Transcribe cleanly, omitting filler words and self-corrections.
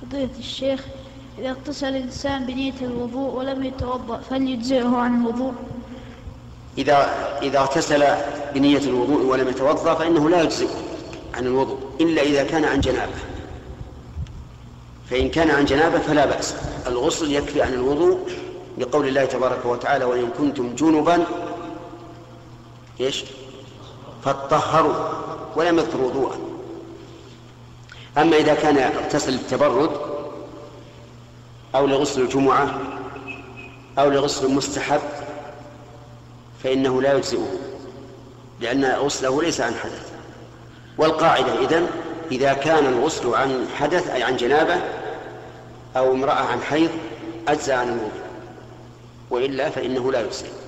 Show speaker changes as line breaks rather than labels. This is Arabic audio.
فضيلة الشيخ، إذا اغتسل الإنسان بنية الوضوء ولم يتوضأ فهل يجزئه عن الوضوء؟
إذا اغتسل بنية الوضوء ولم يتوضأ فإنه لا يجزئه عن الوضوء إلا إذا كان عن جنابه، فإن كان عن جنابه فلا بأس، الغسل يكفي عن الوضوء لقول الله تبارك وتعالى: وإن كنتم جنبا فاطهروا، ولم يذكر وضوءا. أما إذا كان اغتسل للتبرد أو لغسل الجمعة أو لغسل مستحب فإنه لا يجزئه، لأن غسله ليس عن حدث. والقاعدة إذن إذا كان الغسل عن حدث أي عن جنابة أو امرأة عن حيض أجزى عن الوضوء، وإلا فإنه لا يجزئ.